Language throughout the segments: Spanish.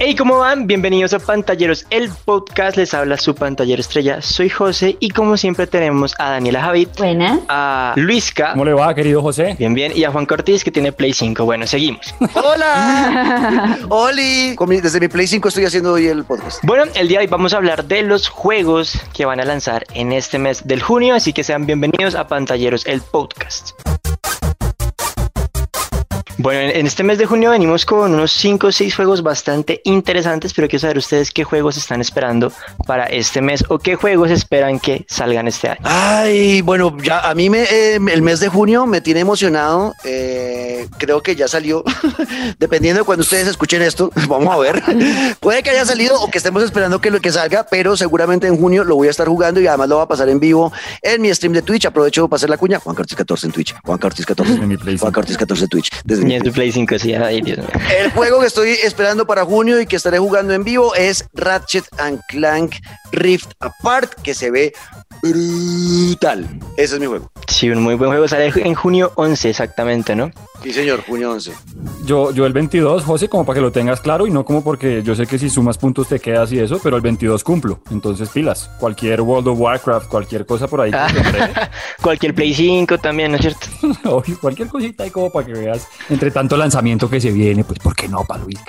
Hey, ¿cómo van? Bienvenidos a Pantalleros, el podcast. Les habla su pantallero estrella. Soy José y como siempre tenemos a Daniela Javid. Buenas. A Luisca. ¿Cómo le va, querido José? Bien, bien. Y a Juan Cortés, que tiene Play 5. Bueno, seguimos. ¡Hola! ¡Oli! Desde mi Play 5 estoy haciendo hoy el podcast. Bueno, el día de hoy vamos a hablar de los juegos que van a lanzar en este mes del junio, así que sean bienvenidos a Pantalleros, el podcast. Bueno, en este mes de junio venimos con unos 5 o 6 juegos bastante interesantes, pero quiero saber ustedes qué juegos están esperando para este mes o qué juegos esperan que salgan este año. Ay, bueno, ya a mí el mes de junio me tiene emocionado. Creo que ya salió. Dependiendo de cuando ustedes escuchen esto, vamos a ver. Puede que haya salido o que estemos esperando que salga, pero seguramente en junio lo voy a estar jugando y además lo voy a pasar en vivo en mi stream de Twitch. Aprovecho para hacer la cuña. Juan Cortés 14 en Twitch. Juan Cortés 14 en mi Play 5. Juan Cortés 14 en Twitch. Y en tu Play 5, sí, ay, Dios mío. El juego que estoy esperando para junio y que estaré jugando en vivo es Ratchet & Clank Rift Apart, que se ve brutal. Ese es mi juego. Sí, un muy buen juego. Sale en junio 11 exactamente, ¿no? Sí, señor, junio 11. Yo el 22, José, como para que lo tengas claro y no como porque yo sé que si sumas puntos te quedas y eso, pero el 22 cumplo. Entonces, pilas. Cualquier World of Warcraft, cualquier cosa por ahí. Cualquier Play 5 también, ¿no es cierto? Obvio, cualquier cosita ahí como para que veas. Entre tanto lanzamiento que se viene, pues, ¿por qué no, para Luis?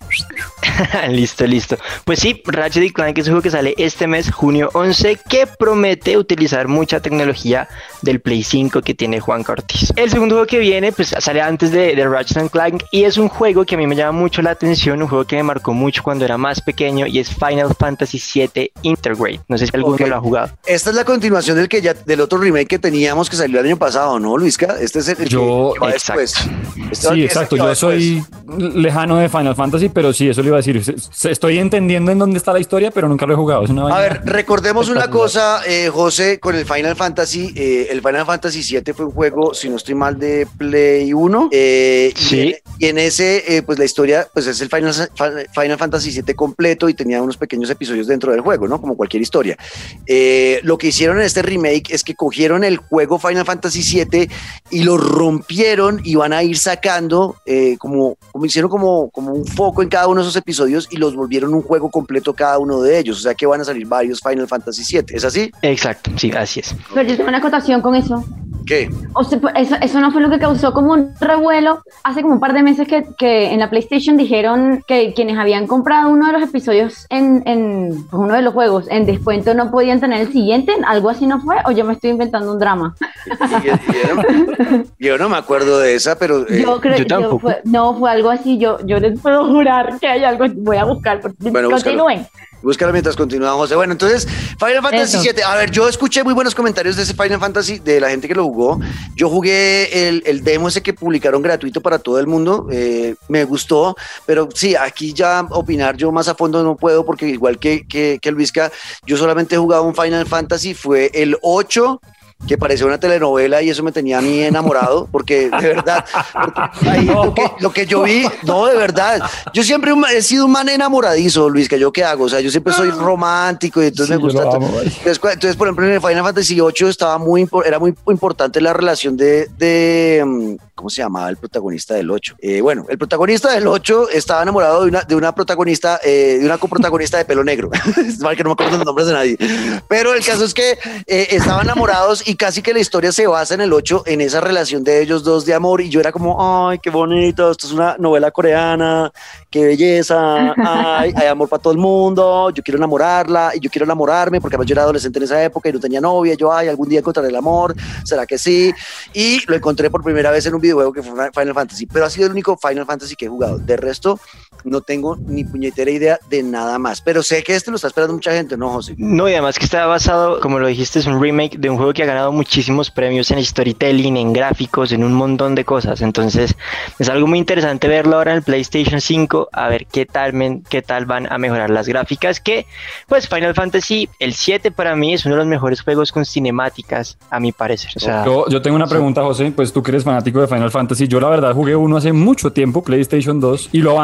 Listo. Pues sí, Ratchet & Clank es un juego que sale este mes, junio 11, que promete utilizar mucha tecnología del Play 5 que tiene Juan Cortés. El segundo juego que viene, pues sale antes de Ratchet & Clank y es un juego que a mí me llama mucho la atención, un juego que me marcó mucho cuando era más pequeño y es Final Fantasy VII Intergrade. No sé si alguno lo ha jugado. Esta es la continuación del otro remake que teníamos que salió el año pasado, ¿no, Luisca? Este es el que va después. Sí, exacto. Yo soy lejano de Final Fantasy, pero sí, eso le iba a decir. Estoy entendiendo en dónde está la historia, pero nunca lo he jugado. Es una a ver, recordemos una cosa, José, con el Final Fantasy. El Final Fantasy VII fue un juego, si no estoy mal, de Play 1. Sí. Y en ese, pues la historia, pues es el Final Fantasy VII completo y tenía unos pequeños episodios dentro del juego, ¿no? Como cualquier historia. Lo que hicieron en este remake es que cogieron el juego Final Fantasy VII y lo rompieron y van a ir sacando, como hicieron como un foco en cada uno de esos episodios y los volvieron un juego completo cada uno de ellos. O sea que van a salir varios Final Fantasy VII. ¿Es así? Exacto, sí, así es. Pero yo tengo una acotación con eso. ¿Qué? O sea, eso no fue lo que causó como un revuelo hace como un par de meses que en la PlayStation dijeron que quienes habían comprado uno de los episodios en uno de los juegos en descuento no podían tener el siguiente. ¿Algo así no fue? ¿O yo me estoy inventando un drama? Yo no me acuerdo de esa, pero yo creo que fue algo así. Yo les puedo jurar que hay algo. Voy a buscar. Bueno, continúen. Búscalo mientras continuamos. Bueno, entonces, Final Fantasy VII. A ver, yo escuché muy buenos comentarios de ese Final Fantasy, de la gente que lo jugó. Yo jugué el demo ese que publicaron gratuito para todo el mundo. Me gustó, pero sí, aquí ya opinar yo más a fondo no puedo, porque igual que Luisca, yo solamente he jugado un Final Fantasy, fue el 8, que parecía una telenovela y eso me tenía a mí enamorado, porque de verdad, ahí lo que yo vi, no, de verdad, yo siempre he sido un man enamoradizo, Luis, que yo qué hago, o sea, yo siempre soy romántico y entonces me gusta. Entonces, por ejemplo, en el Final Fantasy VIII era muy importante la relación de ¿cómo se llamaba el protagonista del 8? Bueno, el protagonista del 8 estaba enamorado de una protagonista, de una coprotagonista de pelo negro. Es mal que no me acuerdo los nombres de nadie. Pero el caso es que estaban enamorados y casi que la historia se basa en el 8, en esa relación de ellos dos de amor. Y yo era como, ay, qué bonito, esto es una novela coreana, qué belleza, ay, hay amor para todo el mundo, yo quiero enamorarla y yo quiero enamorarme, porque además yo era adolescente en esa época y no tenía novia. Yo, ay, algún día encontraré el amor, ¿será que sí? Y lo encontré por primera vez en un videojuego que fue Final Fantasy, pero ha sido el único Final Fantasy que he jugado. De resto, no tengo ni puñetera idea de nada más, pero sé que lo está esperando mucha gente, ¿no, José? No, y además que está basado, como lo dijiste, es un remake de un juego que ha ganado muchísimos premios en storytelling, en gráficos, en un montón de cosas. Entonces, es algo muy interesante verlo ahora en el PlayStation 5, a ver qué tal van a mejorar las gráficas, que, pues, Final Fantasy, el 7 para mí es uno de los mejores juegos con cinemáticas, a mi parecer. O sea, yo tengo una pregunta, José, pues tú que eres fanático de Final Fantasy, yo la verdad jugué uno hace mucho tiempo, PlayStation 2, y lo abandoné cuando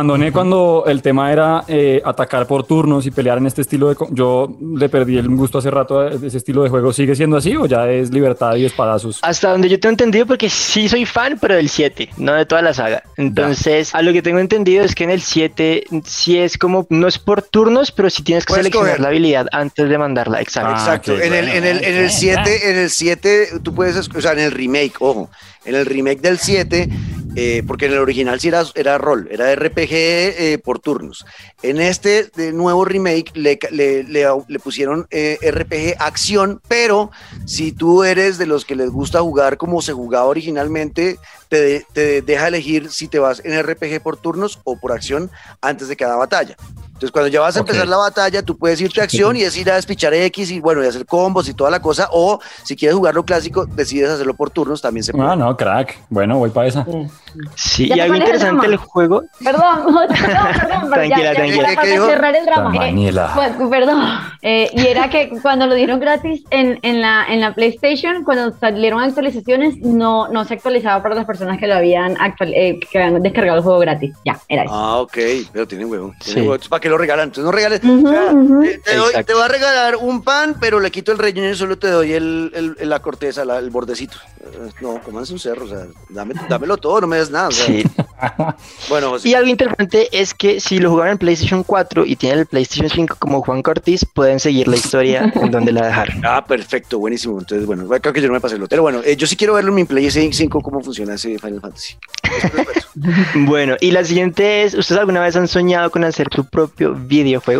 cuando el tema era atacar por turnos y pelear en este estilo de... Yo le perdí el gusto hace rato a ese estilo de juego. ¿Sigue siendo así o ya es libertad y espadazos? Hasta donde yo tengo entendido, porque sí soy fan, pero del 7, no de toda la saga. Entonces, a lo que tengo entendido es que en el 7 sí es como, no es por turnos, pero sí tienes que seleccionar la habilidad antes de mandarla. Exacto. Okay, en el 7 tú puedes, o sea, en el remake, ojo, en el remake del 7, porque en el original sí era rol, era RPG por turnos. En este nuevo remake le pusieron RPG acción, pero si tú eres de los que les gusta jugar como se jugaba originalmente, te deja elegir si te vas en RPG por turnos o por acción antes de cada batalla. Entonces, cuando ya vas a empezar la batalla, tú puedes irte a acción y es ir a despichar X y bueno, y hacer combos y toda la cosa, o si quieres jugarlo clásico, decides hacerlo por turnos, también se puede. Ah, no, crack. Bueno, voy para esa. Sí, y algo interesante del juego... Perdón, tranquila. Para cerrar el drama. Perdón. Y era que cuando lo dieron gratis en la PlayStation, cuando salieron actualizaciones, no se actualizaba para las personas que lo habían que habían descargado el juego gratis. Ya, era eso. Ah, ok, pero tienen huevo. ¿Para qué lo regalan? Entonces no regales. Te voy a regalar un pan, pero le quito el relleno y solo te doy la corteza, el bordecito. No, comanse un cerro, o sea, dámelo todo, no me des nada. O sea. Sí. Bueno, José. Y algo interesante es que si lo jugaron en PlayStation 4 y tienen el PlayStation 5 como Juan Cortés, pueden seguir la historia en donde la dejaron. Ah, perfecto, buenísimo. Entonces, bueno, creo que yo no me pasé el hotel. Bueno, yo sí quiero verlo en mi PlayStation 5 cómo funciona ese Final Fantasy. Bueno, y la siguiente es, ¿ustedes alguna vez han soñado con hacer su propio videojuego?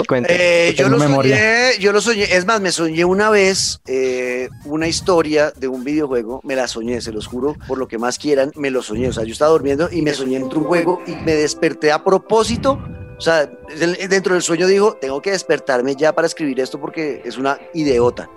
Yo lo soñé, es más, me soñé una vez una historia de un videojuego, me la soñé, se los juro, por lo que más quieran, me lo soñé, o sea, yo estaba durmiendo y me soñé dentro de un juego y me desperté a propósito. O sea, dentro del sueño dijo, tengo que despertarme ya para escribir esto porque es una idiota.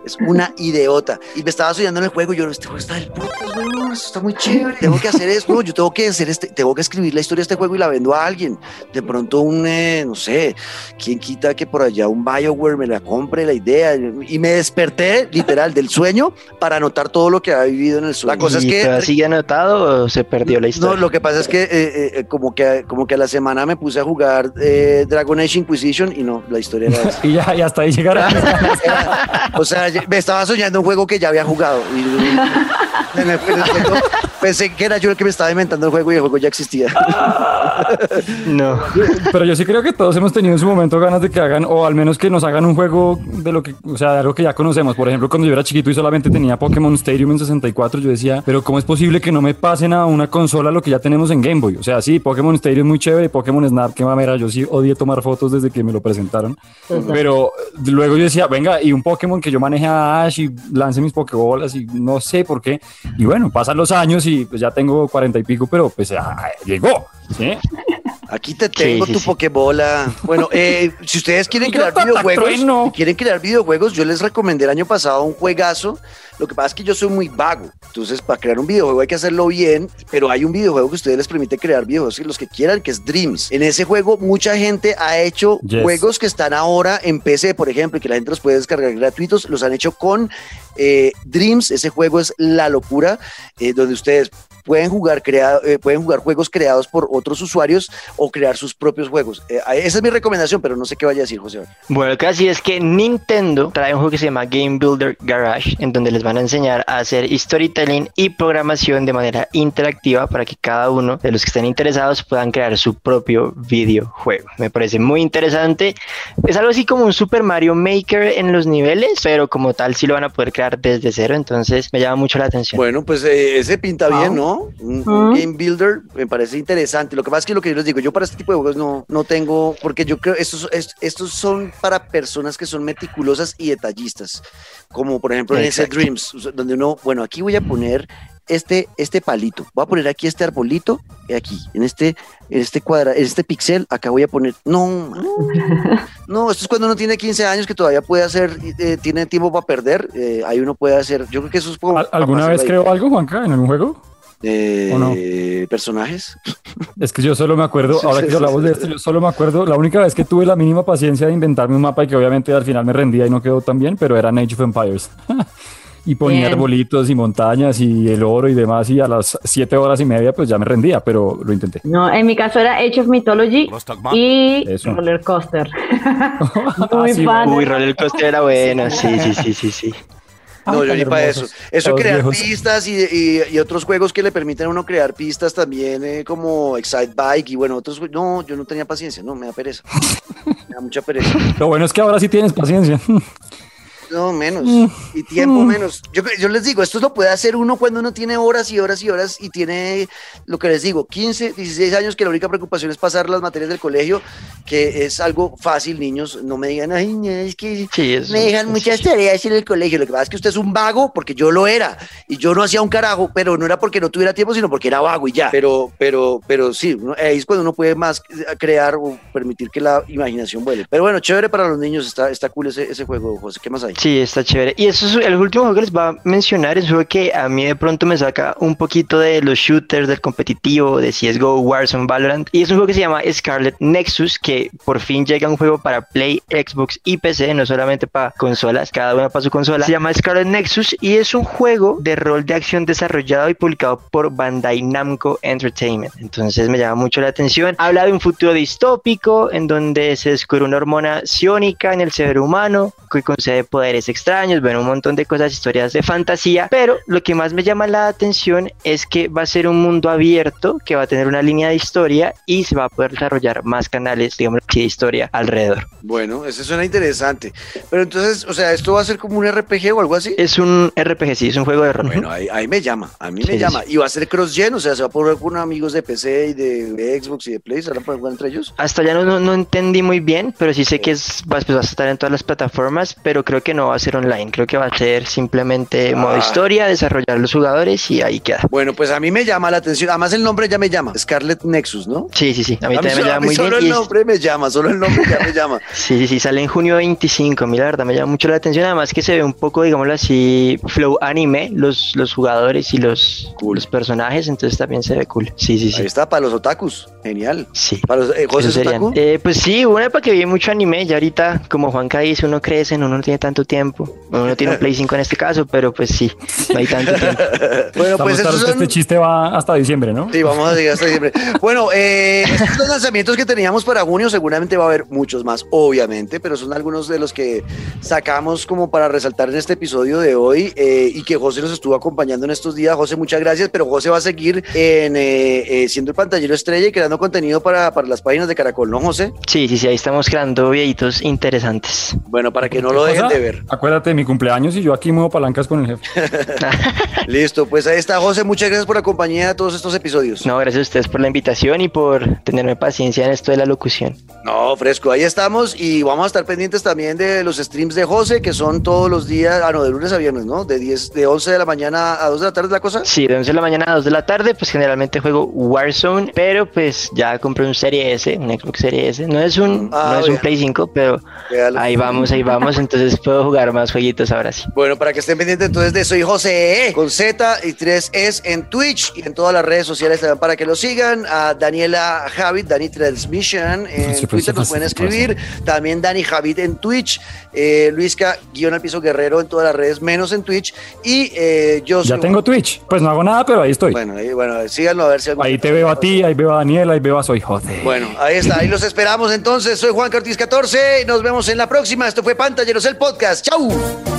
Y me estaba soñando en el juego y yo, este juego está del puto, no, esto está muy chévere, tengo que hacer esto, yo tengo que escribir la historia de este juego y la vendo a alguien. De pronto no sé, quién quita que por allá un BioWare me la compre la idea. Y me desperté, literal, del sueño para anotar todo lo que había vivido en el sueño. La cosa es que... ¿Sigue anotado o se perdió la historia? No, lo que pasa es que como que a la semana me puse a jugar Dragon Age Inquisition y no, la historia era esa. Y ya hasta ahí llegaron. O sea, me estaba soñando un juego que ya había jugado y en el juego pensé que era yo el que me estaba inventando el juego y el juego ya existía. No. Pero yo sí creo que todos hemos tenido en su momento ganas de que hagan, o al menos que nos hagan un juego de lo que, o sea, de algo que ya conocemos. Por ejemplo, cuando yo era chiquito y solamente tenía Pokémon Stadium en 64, yo decía, pero ¿cómo es posible que no me pasen a una consola lo que ya tenemos en Game Boy? O sea, sí, Pokémon Stadium muy chévere y Pokémon Snap, qué mamera, yo sí odié tomar fotos desde que me lo presentaron. Pero luego yo decía, venga, y un Pokémon que yo maneje a Ash y lance mis Pokébolas y no sé por qué. Y bueno, pasan los años y pues ya tengo 40 y pico, pero pues llegó, ¿sí? Aquí te tengo tu Pokébola. Bueno, si ustedes quieren crear videojuegos, yo les recomendé el año pasado un juegazo. Lo que pasa es que yo soy muy vago, entonces para crear un videojuego hay que hacerlo bien, pero hay un videojuego que a ustedes les permite crear videojuegos los que quieran, que es Dreams. En ese juego mucha gente ha hecho juegos que están ahora en PC, por ejemplo, y que la gente los puede descargar gratuitos, los han hecho con Dreams. Ese juego es la locura, donde ustedes pueden jugar juegos creados por otros usuarios o crear sus propios juegos. Esa es mi recomendación, pero no sé qué vaya a decir José. Bueno, lo que así es que Nintendo trae un juego que se llama Game Builder Garage, en donde les van a enseñar a hacer storytelling y programación de manera interactiva para que cada uno de los que estén interesados puedan crear su propio videojuego. Me parece muy interesante. Es algo así como un Super Mario Maker en los niveles, pero como tal sí lo van a poder crear desde cero, entonces me llama mucho la atención. Bueno, pues ese pinta bien, ¿no? Un Game Builder me parece interesante. Lo que pasa es que lo que yo les digo, yo para este tipo de juegos no tengo, porque yo creo estos son para personas que son meticulosas y detallistas, como por ejemplo en ese Dreams, donde uno, bueno, aquí voy a poner este palito, voy a poner aquí este arbolito, aquí, en este pixel, acá voy a poner, no, esto es cuando uno tiene 15 años que todavía puede hacer, tiene tiempo para perder, ahí uno puede hacer, yo creo que eso es como... ¿Alguna vez creó algo, Juanca, en algún juego? ¿O no? Personajes. Es que yo solo me acuerdo, ahora que hablamos de esto, yo solo me acuerdo, la única vez que tuve la mínima paciencia de inventarme un mapa y que obviamente al final me rendía y no quedó tan bien, pero era Age of Empires. y ponía Bien. arbolitos y montañas y el oro y demás, y a las 7 horas y media pues ya me rendía, pero lo intenté. No, en mi caso era Age of Mythology y Eso. Roller Coaster. Ah, Muy sí, fan. Uy, Roller Coaster era bueno, sí. No, yo tan ni para eso. hermosos, Eso todos crear viejos. pistas y otros juegos que le permiten a uno crear pistas también, como Excite Bike y bueno, otros. No, yo no tenía paciencia, no, me da pereza. Me da mucha pereza. Lo bueno es que ahora sí tienes paciencia. No, menos. Y tiempo menos. Yo les digo, esto lo puede hacer uno cuando uno tiene horas y horas y horas y tiene, lo que les digo, 15, 16 años, que la única preocupación es pasar las materias del colegio, que es algo fácil, niños. No me digan, ay, no, es que Sí, eso, me dejan eso muchas sí. tareas en el colegio. Lo que pasa es que usted es un vago, porque yo lo era. Y yo no hacía un carajo, pero no era porque no tuviera tiempo, sino porque era vago y ya. Pero sí, ahí es cuando uno puede más crear o permitir que la imaginación vuele. Pero bueno, chévere para los niños, está cool ese juego, José. ¿Qué más hay? Sí, está chévere. Y eso es el último juego que les va a mencionar, es un juego que a mí de pronto me saca un poquito de los shooters, del competitivo, de CSGO, Warzone, Valorant. Y es un juego que se llama Scarlet Nexus, que por fin llega un juego para Play, Xbox y PC, no solamente para consolas, cada una para su consola. Se llama Scarlet Nexus y es un juego de rol de acción desarrollado y publicado por Bandai Namco Entertainment. Entonces me llama mucho la atención. Habla de un futuro distópico en donde se descubre una hormona psiónica en el cerebro humano que concede poderes extraños, bueno, un montón de cosas, historias de fantasía, pero lo que más me llama la atención es que va a ser un mundo abierto, que va a tener una línea de historia y se va a poder desarrollar más canales, digamos, de historia alrededor. Bueno, eso suena interesante. Pero entonces, o sea, ¿esto va a ser como un RPG o algo así? Es un RPG, sí, es un juego de rol. Bueno, ahí me llama, a mí Sí, me sí, llama. sí. Y va a ser cross-gen, o sea, se va a poder jugar con amigos de PC y de Xbox y de Play, ¿se van a poder jugar entre ellos? Hasta ya no entendí muy bien, pero sí sé que vas a estar en todas las plataformas, pero creo que no va a ser online, creo que va a ser simplemente modo historia, desarrollar los jugadores y ahí queda. Bueno, pues a mí me llama la atención, además el nombre ya me llama, Scarlet Nexus, ¿no? Sí, a mí también me llama muy bien. Solo y el nombre me llama, solo el nombre ya me llama. Sí, sale en junio 25, mira, la verdad me llama mucho la atención, además que se ve un poco, digámoslo así, flow anime, los jugadores y los personajes, entonces también se ve cool. Sí. Ahí está, para los otakus, genial. Sí. Para los, ¿José es Eso serían. otaku? Pues sí, una época que vi mucho anime, ya ahorita, como Juanca dice, uno crece, uno no tiene tanto tiempo, uno no tiene un Play 5 en este caso, pero pues sí, no hay tanto tiempo. Bueno, pues Estamos esos claros que son... este chiste va hasta diciembre, ¿no? Sí, vamos a seguir hasta diciembre. Bueno, estos son los lanzamientos que teníamos para junio, seguramente va a haber muchos más, obviamente, pero son algunos de los que sacamos como para resaltar en este episodio de hoy y que José nos estuvo acompañando en estos días. José, muchas gracias, pero José va a seguir siendo el pantallero estrella y creando contenido para las páginas de Caracol, ¿no, José? Sí, ahí estamos creando videitos interesantes. Bueno, para que no lo dejen de ver. Acuérdate de mi cumpleaños y yo aquí muevo palancas con el jefe. Listo, pues ahí está, José, muchas gracias por la compañía de todos estos episodios. No, gracias a ustedes por la invitación y por tenerme paciencia en esto de la locución. No, fresco, ahí estamos y vamos a estar pendientes también de los streams de José, que son todos los días, de lunes a viernes, ¿no? De 11 de la mañana a 2 de la tarde, ¿es la cosa? Sí, de 11 de la mañana a 2 de la tarde, pues generalmente juego Warzone, pero pues ya compré un Serie S, un Xbox Serie S. No es un bien. Play 5, pero Véalo. ahí vamos, entonces puedo jugar más jueguitos ahora sí. Bueno, para que estén pendientes entonces de Soy José, con Z y 3 Es en Twitch y en todas las redes sociales también para que lo sigan. A Daniela Javid, Dani Transmission en Twitter nos pueden escribir. También Dani Javid en Twitch. Luisca _al_piso Guerrero en todas las redes, menos en Twitch. Y yo soy... Ya tengo Twitch. Pues no hago nada, pero ahí estoy. Bueno, síganlo a ver si... Ahí te veo a ti, ahí veo a Daniela, ahí veo a Soy José. Bueno, ahí está, ahí los esperamos entonces. Soy Juan Ortiz 14 y nos vemos en la próxima. Esto fue Pantalleros, el podcast. ¡Chau!